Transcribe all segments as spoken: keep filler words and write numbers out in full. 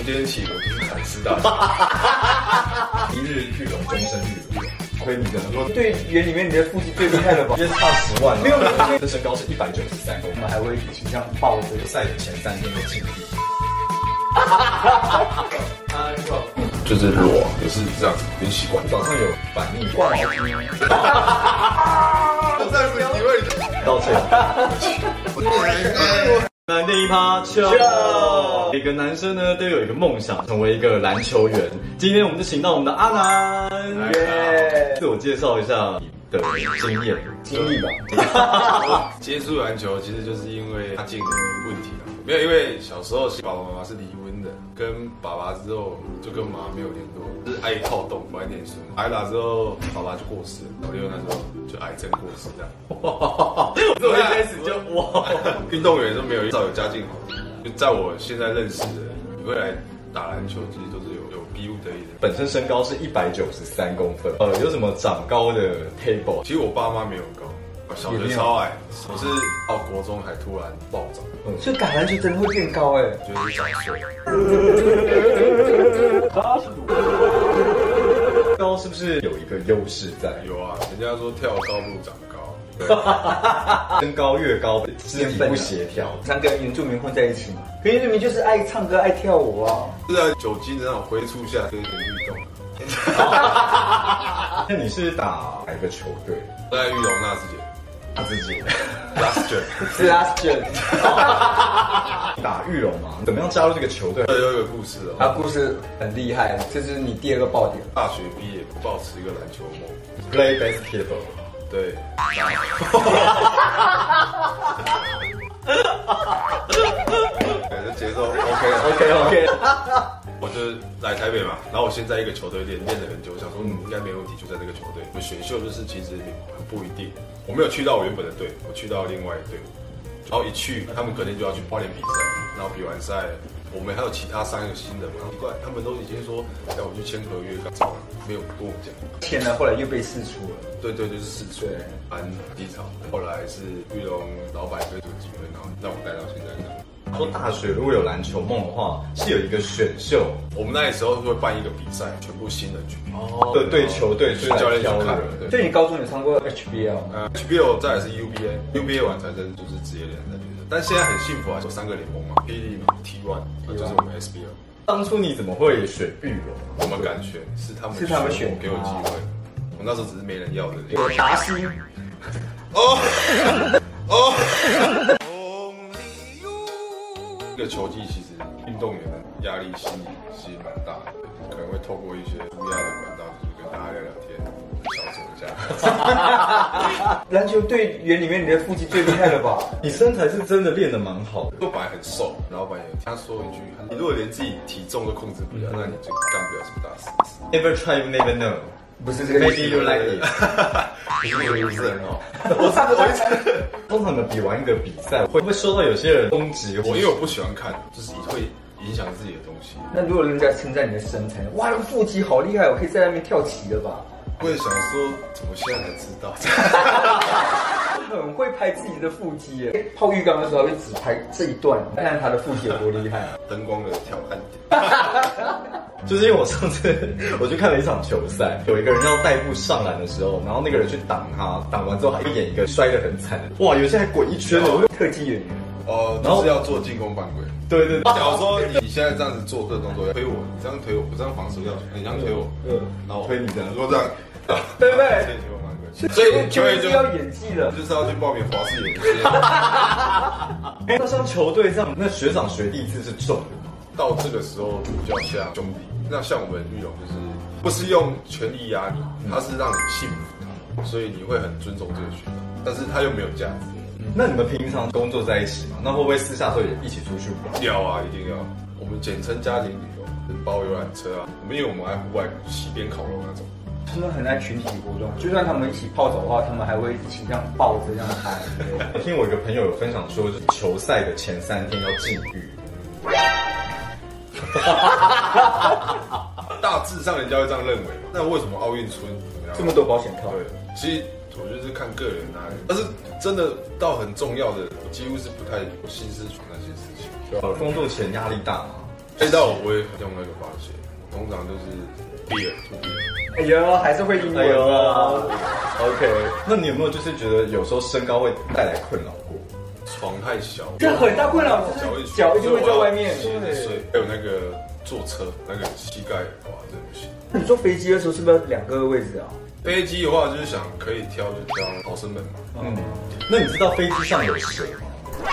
从今天起我就去砍师大。一日玉龙，终身玉龙。亏你的，说对园里面你的腹肌最厉害了吧？ 因为差十万了。 没有， 这身高是一百九十三公分， 我们还会倾向抱着赛的前三天就禁闭。就是裸，也是这样子，很习惯。早上有反应， 挂毛巾。 我再次体会，道歉。男第一趴球，每个男生呢都有一个梦想，成为一个篮球员。今天我们就请到我们的阿南，耶！自我介绍一下你的经验、 经历吧。 接触篮球其实就是因为家境的问题啊，没有，因为小时候爸爸妈妈是离婚的，跟爸爸之后就跟妈妈没有联络，就是爱好动，不爱念书。挨打之后，爸爸就过世了，老六那时候就癌症过世这样。哇！ 我一开始就哇， 运动员都没有少有家境好的，就在我现在认识的人，你会来打篮球，其实都是有有逼不得已的。 本身身高是一百九十三公分，呃，有什么长高的 table？ 其实我爸妈没有高。小学超矮，我是到国中还突然暴涨， 所以打篮球真的会变高哎， 就是长岁。 高是不是有一个优势在？ 有啊，人家说跳高不如长高， 身高越高，肢体不协调， 常跟原住民混在一起嘛。可原住民就是爱唱歌、爱跳舞啊。 是啊，酒精的那种挥出下可以运动。 那你是打哪个球队？ 在玉龙那之前。 他自己 ，Last Gen， 是 Last Gen， 打玉龙嘛？怎么样加入这个球队？ 这有一个故事哦， 他故事很厉害，这是你第二个爆点。 大学毕业，抱持一个篮球梦 ，Play basketball， 对。对，这节奏 OK OK OK。 我就来台北嘛，然后我先在一个球队练，练了很久，想说嗯应该没问题，就在这个球队。我选秀就是其实不一定，我没有去到我原本的队，我去到另外一队伍，然后一去，他们肯定就要去花莲比赛，然后比完赛，我们还有其他三个新人嘛，奇怪，他们都已经说要我去签合约，早没有跟我讲， 签了，后来又被释出了。 对对，就是释出，蛮低潮。后来是玉龙老板推出机会，然后让我带到现在这样。 说大学如果有篮球梦的话，是有一个选秀， 我们那时候会办一个比赛，全部新人去比。 哦，对对，球队是教练去看。 所以你高中有上过 H B L 呃 H B L 再来是 U B A，U B A 完才真就是职业联赛比赛。但现在很幸福啊，有三个联盟嘛，霹雳嘛 T one， 就是我们 S B L。 当初你怎么会选玉龙？ 我们敢选，是他们是他们选给我机会。我那时候只是没人要的。 有达西。 哦哦。这个球季其实运动员的压力心理其实蛮大的，可能会透过一些乌鸦的管道，就是跟大家聊聊天，小酌一下。 篮球队园里面你的腹肌最厉害了吧？ 你身材是真的练得蛮好的。 我本来很瘦，老板也他说一句：你如果连自己体重都控制不了，那你就干不了什么大事。 Never try, you never know。 不是这个意思。 Maybe you like it。 不是这个意思哦。 我是我是。通常的比完一个比赛，会不会收到有些人攻击？ 我因为我不喜欢看，就是会影响自己的东西。 那如果人家称赞你的身材，哇，那个腹肌好厉害，我可以在那边跳棋了吧？ 会想说，怎么现在才知道？ 很会拍自己的腹肌耶！泡浴缸的时候还会只拍这一段，看看他的腹肌有多厉害。 灯光的调暗点。 就是因为我上次我去看了一场球赛，有一个人要带步上篮的时候，然后那个人去挡他，挡完之后还演一个摔得很惨的，哇，有些还滚一圈的， 特技演员。 哦，就是要做进攻犯规。 对对对。 假如说你现在这样子做这个动作，要推我，你这样推我，我这样防守要，你这样推我，嗯，然后推你这样， 如果这样， 对不对？ 所以球员就要演技了， 就是要去报名华视演技。 那像球队这样，那学长学弟制是重的吗？ 到这个时候就比较像兄弟。那像我们玉龙就是不是用权力压你，他是让你信服他，所以你会很尊重这个学长，但是他又没有价值。 那你们平常工作在一起吗？那会不会私下时候也一起出去玩？ 要啊，一定要。我们简称家庭旅游，包游览车啊。我们因为我们爱户外溪边烤肉那种。 他们很爱群体活动，就算他们一起泡澡的话，他们还会一起这样抱着这样拍。 我听我一个朋友有分享说，就是球赛的前三天要禁欲。 大致上人家会这样认为嘛？那为什么奥运村这么多保险套？ 对，其实我觉得是看个人啊，但是真的到很重要的，我几乎是不太有心思传那些事情。 工作前压力大吗？ 这道我不会用那个发泄，我通常就是 beer to beer。 哎呦，还是会英文啊。 OK， 那你有没有就是觉得有时候身高会带来困扰过？ 床太小， 这很大困扰，就是脚一直会在外面。 对，还有那个坐车那个膝盖，哇，真的不行。 那你坐飞机的时候是不是要两个位置啊？ 飞机的话就是想可以挑就挑逃生门嘛。 嗯，那你知道飞机上有蛇吗？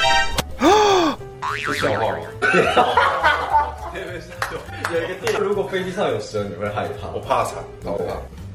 是笑话吗？ 有一个电影，如果飞机上有蛇，你会害怕？ 我怕惨，老怕。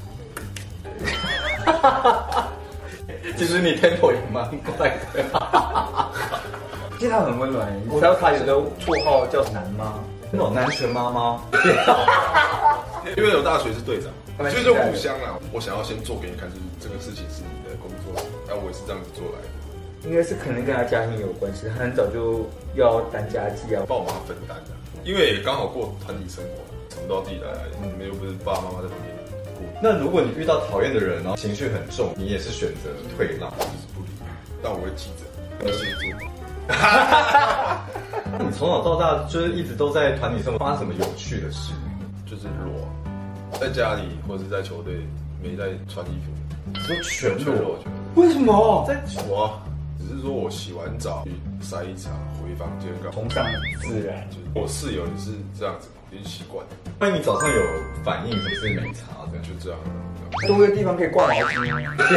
其实你 tempo 也蛮快的。 其实他很温暖，你知道他有个绰号叫男妈， 那种男权妈妈。 因为我大学是队长，所以就互相啊。我想要先做给你看，就是这个事情是你的工作，那我也是这样子做来的。 应该是可能跟他家庭有关系，他很早就要担家计啊， 帮我妈分担的。因为也刚好过团体生活，什么都要自己来，你们又不是爸爸妈妈在旁边顾。 那如果你遇到讨厌的人，然后情绪很重，你也是选择退让， 就是不理，但我会记着，要记住。 你从小到大就是一直都在团体生活，发生什么有趣的事？ 就是裸，在家里或者在球队没在穿衣服， 说全裸， 为什么？ 在我只是说我洗完澡去晒衣场，回房间干嘛？ 崇尚自然。 就是我室友也是这样子，已经习惯了。 万一你早上有反应，是不是没擦的？ 就这样。 多个地方可以挂毛巾。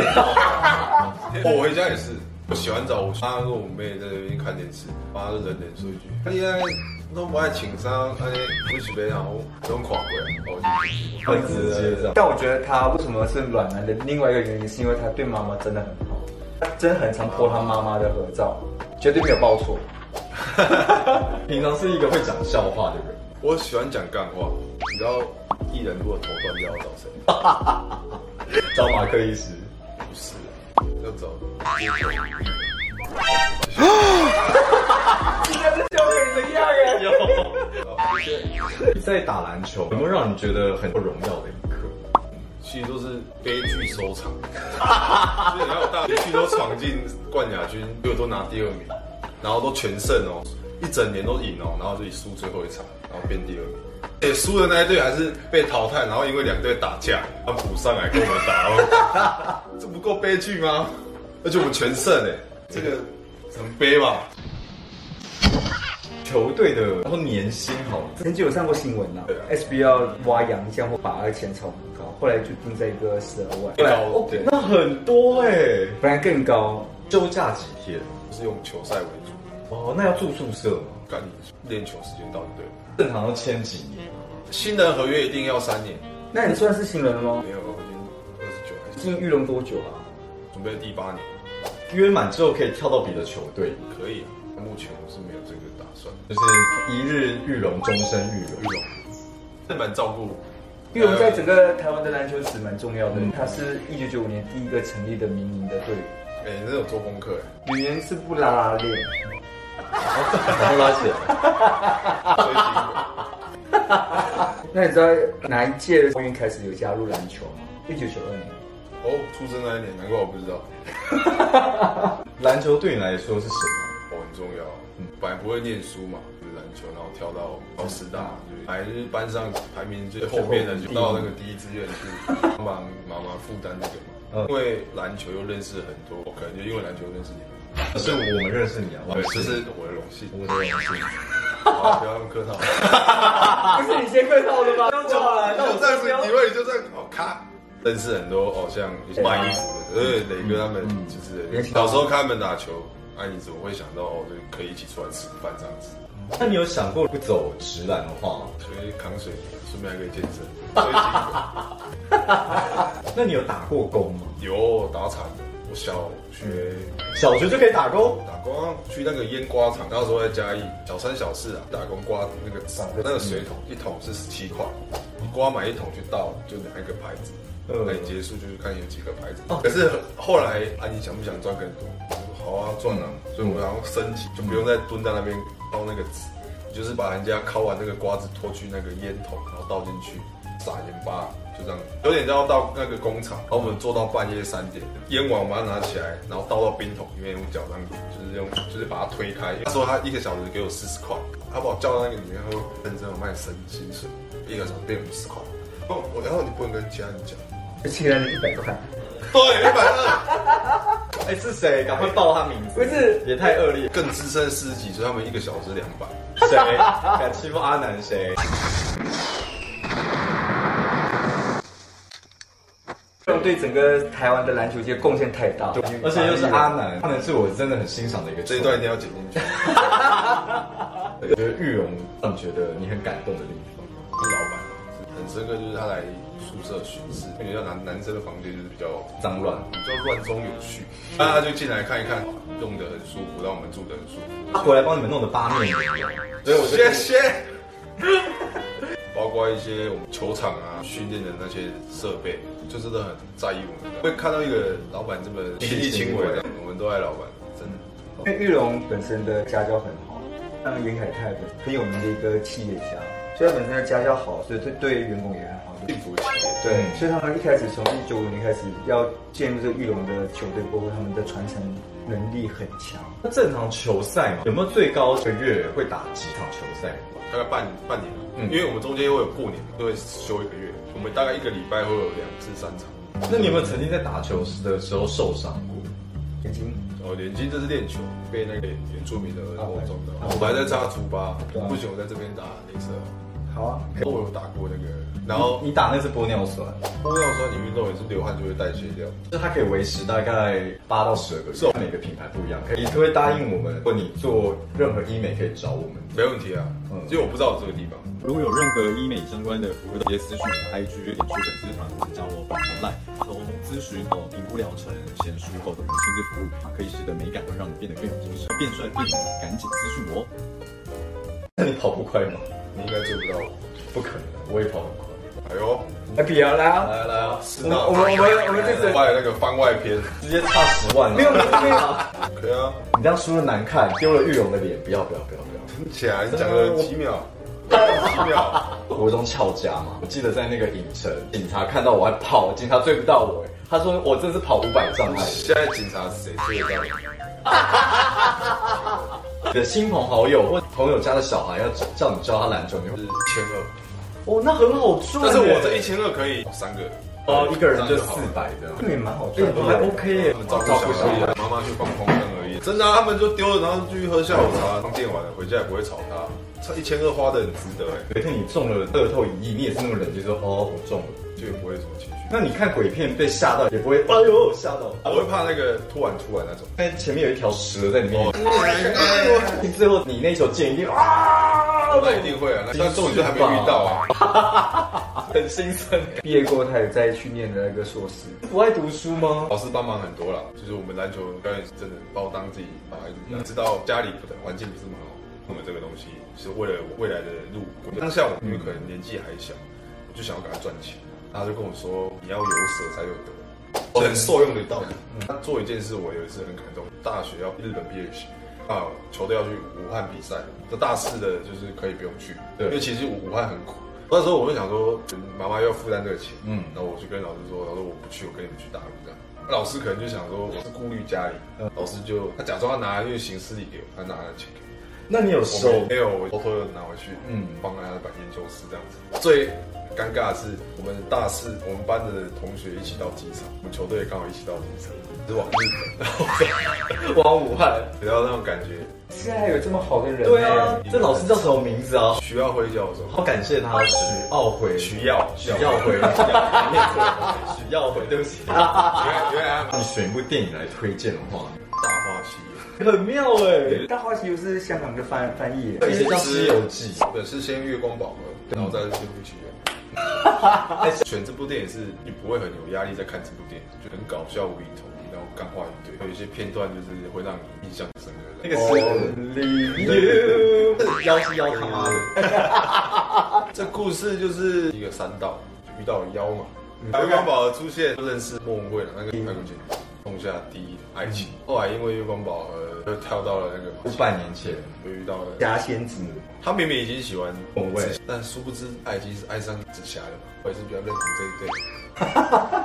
我回家也是，我洗完澡，我妈跟我妹在那边看电视，妈就冷冷说一句：“哎呀，都不爱请伤，哎，不洗杯，然后不用垮过来。” 很直接这样。 但我觉得他为什么是暖男的另外一个原因，是因为他对妈妈真的很好，他真的很常po他妈妈的合照，绝对没有报错。 平常是一个会讲笑话的人， 我喜欢讲干话。你知道艺人如果头断掉要找谁？ 找马克医师。 不是，要找。 你这是笑成怎样呀？ 有。在打篮球，有没有让你觉得很不荣耀的一刻？ 其实都是悲剧收场。就是你看我大学去都闯进冠亚军，结果都拿第二名，然后都全胜哦，一整年都赢哦，然后自己输最后一场，然后变第二名。哎，输的那一队还是被淘汰，然后因为两队打架，他们补上来跟我们打，这不够悲剧吗？而且我们全胜哎，这个很悲吧？ 球队的然后年薪好， 曾经有上过新闻呐、啊、，S B L 挖洋将或把那个钱炒很高，后来就定在一个十二万， 高，对， 那很多哎、欸， 本来更高， 休假几天？ 是用球赛为主。 哦，那要住宿舍吗？ 赶你练球时间到就对了。 正常要签几年？ 新人合约一定要三年。 那你算是新人了吗？ 没有，我已经二十九还是。 进玉龙多久啊？ 准备第八年。 约满之后可以跳到别的球队？ 可以，目前我是没有这个打算。 就是一日玉龙，终身玉龙。 玉龙，是蛮照顾。 玉龙在整个台湾的篮球史蛮重要的，他是一九九五年第一个成立的民营的队伍。 哎，你这有做功课哎。 语言是不拉拉链， 然后拉起来。 所以辛苦。 那你知道哪一届的奥运开始有加入篮球吗？一九九二年。 哦，出生那一年，难怪我不知道。 篮球对你来说是什么？ 哦，很重要。嗯，本来不会念书嘛，就是篮球，然后跳到到师大，就是本来就是班上排名最后面的，就到那个第一志愿去帮忙妈妈负担那个嘛。嗯，因为篮球又认识很多，我可能就因为篮球认识你们。 是我们认识你啊， 对，这是我的荣幸， 我的荣幸。 好，不要用客套。 不是你先客套的吗？ 就这样子，以为你就这样，哦，咔。认识很多偶像卖衣服的，而且磊哥他们就是小时候看他们打球，哎，你怎么会想到哦，就可以一起出来吃饭这样子？ 那你有想过不走直男的话， 所以扛水泥，顺便还可以健身，所以辛苦。 那你有打过工吗？ 有打场的，我小学小学就可以打工， 打工去那个烟刮厂，那时候在嘉义小三小四啊，打工刮那个那个水桶，一桶是十七块，你刮买一桶去倒，就拿一个牌子。那你结束就是看有几个牌子，可是后来啊，你想不想赚更多？我说好啊，赚啊，所以我然后升级，就不用再蹲在那边倒那个纸，你就是把人家敲完那个瓜子拖去那个烟筒，然后倒进去，撒盐巴，就这样，有点要到那个工厂，然后我们做到半夜三点，烟网把它拿起来，然后倒到冰桶里面，用脚这样，就是用就是把它推开。他说他一个小时给我四十块， 他把我叫到那个里面，他说认真有卖升薪水，一个小时变五十块。哦，我然后你不能跟其他人讲， 其他人一百块。 对，一百二。 哎，是谁？赶快报他名字！ 不是， 也太恶劣。 更资深四十几岁，他们一个小时两百。 谁敢欺负阿南？谁？ 对整个台湾的篮球界贡献太大， 而且又是阿南，阿南是我真的很欣赏的一个。 这一段一定要剪进去。 我觉得玉荣让你觉得你很感动的地方， 是老板很深刻，就是他来宿舍巡视，因为像男男生的房间就是比较脏乱， 比较乱中有序，那他就进来看一看，用的很舒服，让我们住的很舒服。 他回来帮你们弄的八面礼， 所以我谢谢。包括一些我们球场啊训练的那些设备，就真的很在意我们的。会看到一个老板这么亲力亲为的，我们都爱老板，真的。 因为玉龙本身的家教很好，像严凯泰很有名的一个企业家，所以他本身的家教好，所以对对员工也很好。 幸福企业。 对，所以他们一开始从一九五年开始要建入这个玉龙的球队过后，他们的传承能力很强。 那正常球赛嘛，有没有最高一个月会打几场球赛？ 大概半半年，嗯，因为我们中间会有过年，都会休一个月，我们大概一个礼拜会有两至三场。 那你有没有曾经在打球的时候受伤过？ 眼睛哦，眼睛这是练球被那个原住民的儿童撞到，我还在插竹疤，不行，我在这边打镭射。 好啊， 我有打过那个，然后你打那是玻尿酸， 玻尿酸你运动也是流汗就会代谢掉， 就它可以维持大概八到十二个月，每个品牌不一样。你可不可以答应我们，如果你做任何医美可以找我们？ 没问题啊，嗯，因为我不知道这个地方。 如果有任何医美相关的服务，直接私讯我 I G、脸书粉丝团或者加我本人 Line， 从咨询到评估疗程、显书后的亲自服务，可以使得美感会让你变得更有精神、变帅变美，赶紧咨询我。 那你跑不快吗？ 你应该做不到， 不可能，我也跑很快。 哎呦， 来比啊，来啊， 来来啊！ 我们我们我们我们这次拍那个番外篇， 直接差十万了。 没有没有没有， 可以啊。 你这样输的难看，丢了玉龙的脸，不要不要不要不要。 听起来你讲了几秒，几秒。 国中翘家嘛，我记得在那个影城，警察看到我还跑，警察追不到我，他说我这是跑五百障碍。 现在警察是谁追得到你？ 你的亲朋好友或朋友家的小孩要叫你教他篮球，你会是一千二。 哦，那很好赚。 但是我这一千二可以三个。 哦，一个人就四百这样， 这也蛮好赚的， 还 OK 耶。 他们照顾小孩，妈妈去放风筝而已。真的、啊，他们就丢了，然后继续喝下午茶，放电玩了，回家也不会吵他。这一千二花的很值得哎。 有一天你中了乐透一亿，你也是那么冷静说哦，我中了， 就也不会有什么情绪。 那你看鬼片被吓到，也不会哎呦吓到， 我会怕那个突然出来那种。 但前面有一条蛇在里面，你最后你那球箭一定啊， 那一定会啊，但重点就还没遇到啊， 很心酸。 毕业过后，他有再去念的那个硕士。 不爱读书吗？ 老师帮忙很多啦，就是我们篮球表演是真的把我当自己小孩子一样，知道家里不的环境不是那么好，我们这个东西是为了我未来的路。当下我因为可能年纪还小，我就想要赶快赚钱，他就跟我说你要有舍才有得，很受用的道理。他做一件事，我有一次很感动，大学要日本毕业旅行。啊，球队要去武汉比赛，这大四的就是可以不用去，对，因为其实武汉很苦。那时候我就想说，妈妈要负担这个钱，嗯，然后我就跟老师说，老师我不去，我跟你们去大陆这样。老师可能就想说我是顾虑家里，老师就他假装他拿因为行事历给我，他拿了钱给我。 那你有收？ 没有，我偷偷的拿回去，嗯，放在他的研究室这样子。最尴尬的是，我们大四我们班的同学一起到机场，我们球队刚好一起到机场，是往日本，然后往武汉，然后那种感觉。 现在还有这么好的人？ 对啊，这老师叫什么名字啊？ 徐耀辉教授， 好感谢他。徐耀辉， 徐耀， 徐耀辉，徐耀辉，对不起。原来原来你选一部电影来推荐的话， 《大话西游》 很妙哎， 《大话西游》是香港的翻翻译， 以前叫《西游记》， 对，是先月光宝盒，然后再是这部起源。选这部电影是你不会很有压力在看这部电影，就很搞笑无厘头，然后干话一堆，有一些片段就是会让你印象深刻的。 那个是妖是妖他妈的， 这故事就是一个山道遇到妖嘛，月光宝盒出现就认识莫文蔚了，那个外国姐姐痛下第一爱情。后来因为月光宝盒就跳到了那个五百年前， 就遇到了假仙子。 他明明已经喜欢莫文蔚， 但殊不知他已经是爱上紫霞了嘛。我也是比较认同这一对。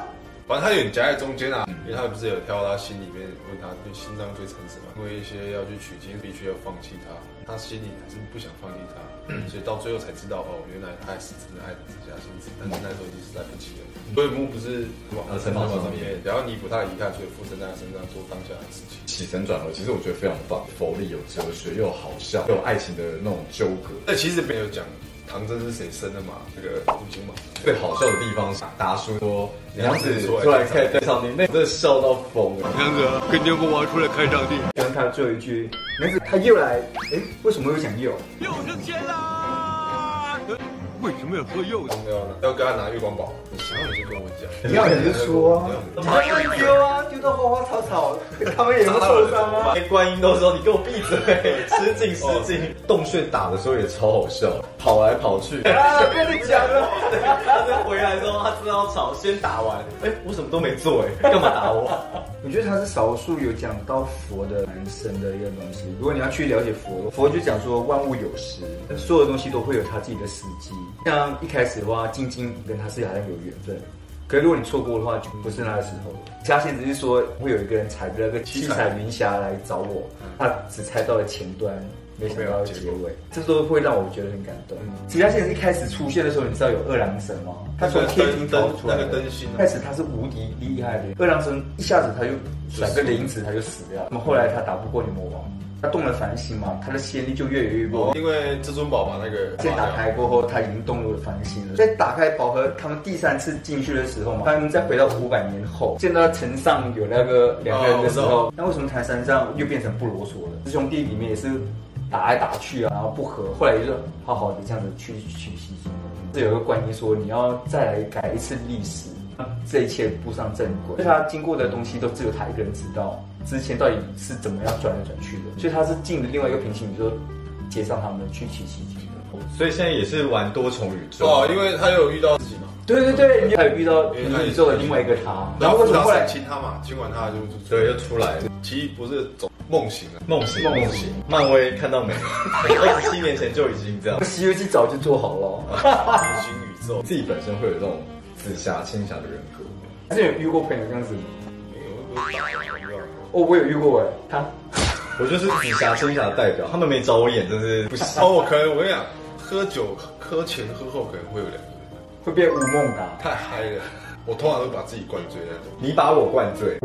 反正他有点夹在中间啊，因为他不是有挑他心里面问他对心脏最诚实嘛，因为一些要去取经必须要放弃他，他心里还是不想放弃他，所以到最后才知道哦，原来他还是真的爱紫霞仙子，但是那时候已经是来不及了。所以木不是往呃城堡上面， 然后弥补他的遗憾，所以附身在他身上做当下的事情。 起承转合，其实我觉得非常棒，佛理有哲学，又有好笑，又有爱情的那种纠葛。 但其实没有讲唐僧是谁生的嘛，这个悟空嘛。 最好笑的地方是达叔说娘子出来开场地，那真的笑到疯了。 娘子跟牛国王出来开场地， 跟他最后一句，娘子他又来，哎，为什么又讲又？ 又升天啦！为什么要喝柚子？要跟他拿月光宝，你想要你就跟我讲， 你要你就说啊，他们丢啊，丢到花花草草，他们也会受伤啊。 观音都说你给我闭嘴，失敬失敬。洞穴打的时候也超好笑，跑来跑去啊，跟你讲了。 他在回来之后，他知道吵，先打完，哎，我什么都没做，哎，干嘛打我？ 我觉得他是少数有讲到佛的男生的一个东西。如果你要去了解佛，佛就讲说万物有时，所有的东西都会有他自己的时机。像一开始的话，晶晶跟他是好像有缘分，可是如果你错过的话，就不是那个时候了。嘉仙只是说会有一个人踩着那个七彩云霞来找我，他只猜到了前端，没想到结尾，这都会让我觉得很感动。其他仙子一开始出现的时候，你知道有二郎神吗？他从天庭逃出来的，开始他是无敌厉害的，二郎神一下子他就甩个灵子他就死掉。那么后来他打不过牛魔王，他动了凡心嘛，他的仙力就越来越弱。 哦，因为至尊宝把那个先打开过后，他已经动入了凡心了。在打开宝盒，他们第三次进去的时候嘛，他们再回到五百年后，见到城上有那个两个人的时候，哦、那为什么台山上又变成不啰嗦了？师兄弟里面也是打来打去啊，然后不和，后来就好好的这样子去取西经。这有一个观念说，你要再来改一次历史。这一切步上正轨，所以他经过的东西都只有他一个人知道，之前到底是怎么样转来转去的，所以他是进了另外一个平行宇宙，接上他们去取西经的。 所以现在也是玩多重宇宙哦，因为他有遇到自己嘛。 对对对，你还有遇到平行宇宙的另外一个他， 然后为什么后来亲他嘛？亲完他就就对又出来了。 其实不是走梦醒啊， 梦醒梦醒。漫威看到没？二十七年前就已经这样， 《西游记》早就做好了。 平行宇宙自己本身会有这种紫霞、青霞的人格。 还是有遇过朋友这样子？ 没有，我有哦，我有遇过哎，他， 我就是紫霞、青霞的代表，他们没找我演，真是不行。 哦，我可能我跟你讲，喝酒喝前喝后可能会有两个人， 会变吴孟达， 太嗨了。我通常都把自己灌醉那种。 你把我灌醉。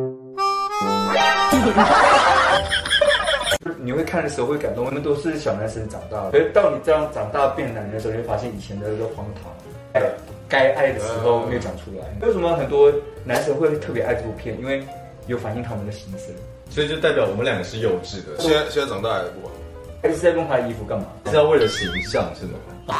你会看的时候会感动，我们都是小男生长大了，可是到你这样长大变男人的时候，你会发现以前的那个荒唐。哎，该爱的时候没有讲出来。为什么很多男生会特别爱这部片？因为有反映他们的心声， 所以就代表我们两个是幼稚的。 现在现在长大还不玩， 还是在弄他的衣服干嘛？ 是要为了形象是吗？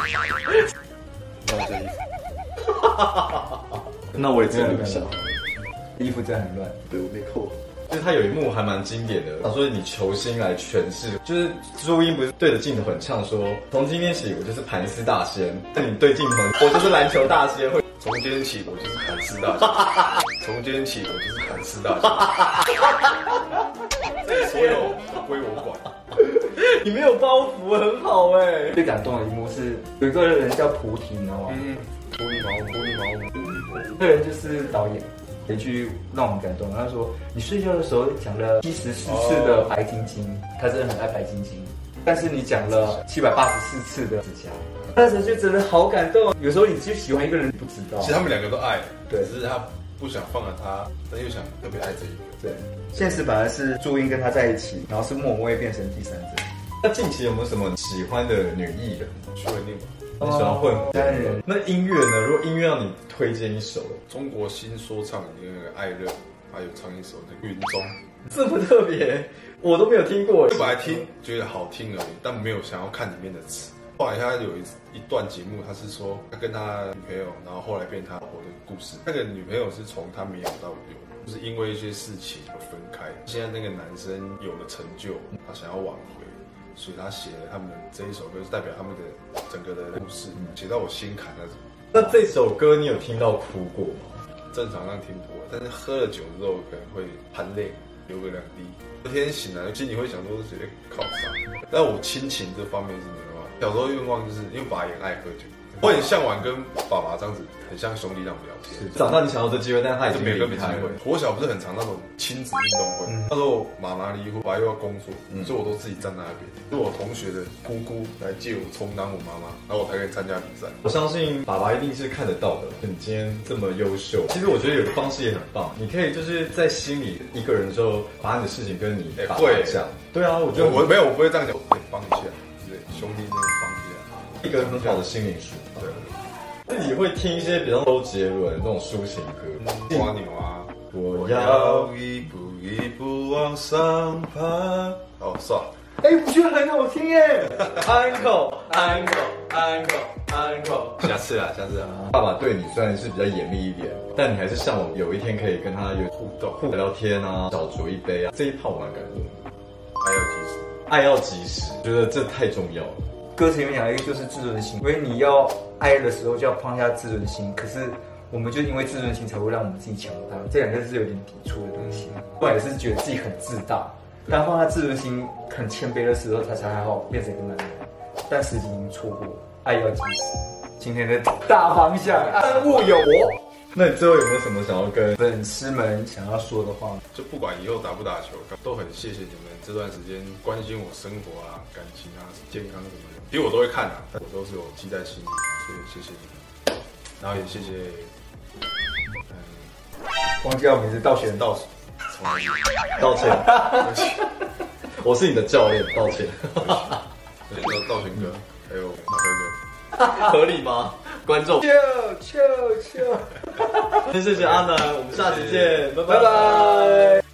弄这衣服， 那我也真的不想。 衣服真的很乱， 对我没扣。 就是他有一幕还蛮经典的，他说你求心来诠释，就是朱茵不是对着镜头很呛说，从今天起我就是盘丝大仙，那你对镜头，我就是篮球大仙，会从今天起我就是盘丝大仙，从今天起我就是盘丝大仙，所有都归我管。 你没有包袱，很好哎、欸。 最感动的一幕是有一个人叫菩提，你知道吗？ 嗯，菩提毛，菩提毛， 这个人就是导演。一句让我们感动，他说：“你睡觉的时候讲了七十四次的白晶晶，他真的很爱白晶晶，但是你讲了七百八十四次的紫霞，那时候就真的好感动。有时候你就喜欢一个人，不知道， 其实他们两个都爱， 对， 只是他不想放了他，但又想特别爱这一个。 对，现实版的是朱茵跟他在一起，然后是莫文蔚变成第三者。 那近期有没有什么喜欢的女艺人？ 徐伟宁吧。” 你喜欢混合单人？ 那音乐呢？如果音乐让你推荐一首， 中国新说唱里面那个艾热，还有唱一首那个《云中》， 这么特别，我都没有听过。 本来听觉得好听而已，但没有想要看里面的词。后来他有一一段节目，他是说他跟他女朋友，然后后来变他老婆的故事。那个女朋友是从他没有到有，就是因为一些事情而分开。现在那个男生有了成就，他想要挽回。所以他写了他们这一首歌，是代表他们的整个的故事，写到我心坎那种。 那这首歌你有听到哭过吗？ 正常上听不过，但是喝了酒之后可能会含泪流个两滴。昨天醒来，心里会想说直接靠上。但我亲情这方面是没有办法。小时候愿望就是因为爸也爱喝酒， 我很向往跟爸爸这样子，很像兄弟这样聊天。 长大你想要这机会，但他已经没有离开了。 国小不是很常那种亲子运动会，那时候妈妈离婚，爸爸又要工作，所以我都自己站在那边，是我同学的姑姑来借我充当我妈妈，然后我才可以参加比赛。 我相信爸爸一定是看得到的，你今天这么优秀。其实我觉得有个方式也很棒，你可以就是在心里一个人的时候，把你的事情跟你爸爸讲。对啊，我觉得我没有，我不会这样讲，我可以帮一下，对，兄弟真的帮一下， 一个很好的心灵书。对。自己会听一些比较周杰伦那种抒情歌， 花牛啊， 我要一步一步往上爬。哦，算了， 哎，我觉得很好听耶 ，Uncle Uncle Uncle Uncle， 下次啊，下次啊。 爸爸对你虽然是比较严厉一点，但你还是向往有一天可以跟他有互动、 聊聊天啊，小酌一杯啊，这一炮我蛮感动的。 爱要及时， 爱要及时，觉得这太重要了。 歌词里面讲一个就是自尊心，因为你要爱的时候就要放下自尊心，可是我们就因为自尊心才会让我们自己强大，这两个是有点抵触的东西。不然也是觉得自己很自大，但放下自尊心、很谦卑的时候，他才还好变成一个男人。但时机已经错过，爱要及时。今天的大方向，万物有我。 那你最后有没有什么想要跟粉丝们想要说的话？ 就不管以后打不打球，都很谢谢你们这段时间关心我生活啊、感情啊、健康什么的，其实我都会看啊，我都是有记在心里，所以谢谢你们。然后也谢谢， 嗯，忘记我名字，道歉， 道歉， 道歉，我是你的教练，道歉。 对，道歉哥，还有马哥哥， 合理吗？观众， 秋秋秋， 先谢谢阿南，我们下期见，拜拜拜。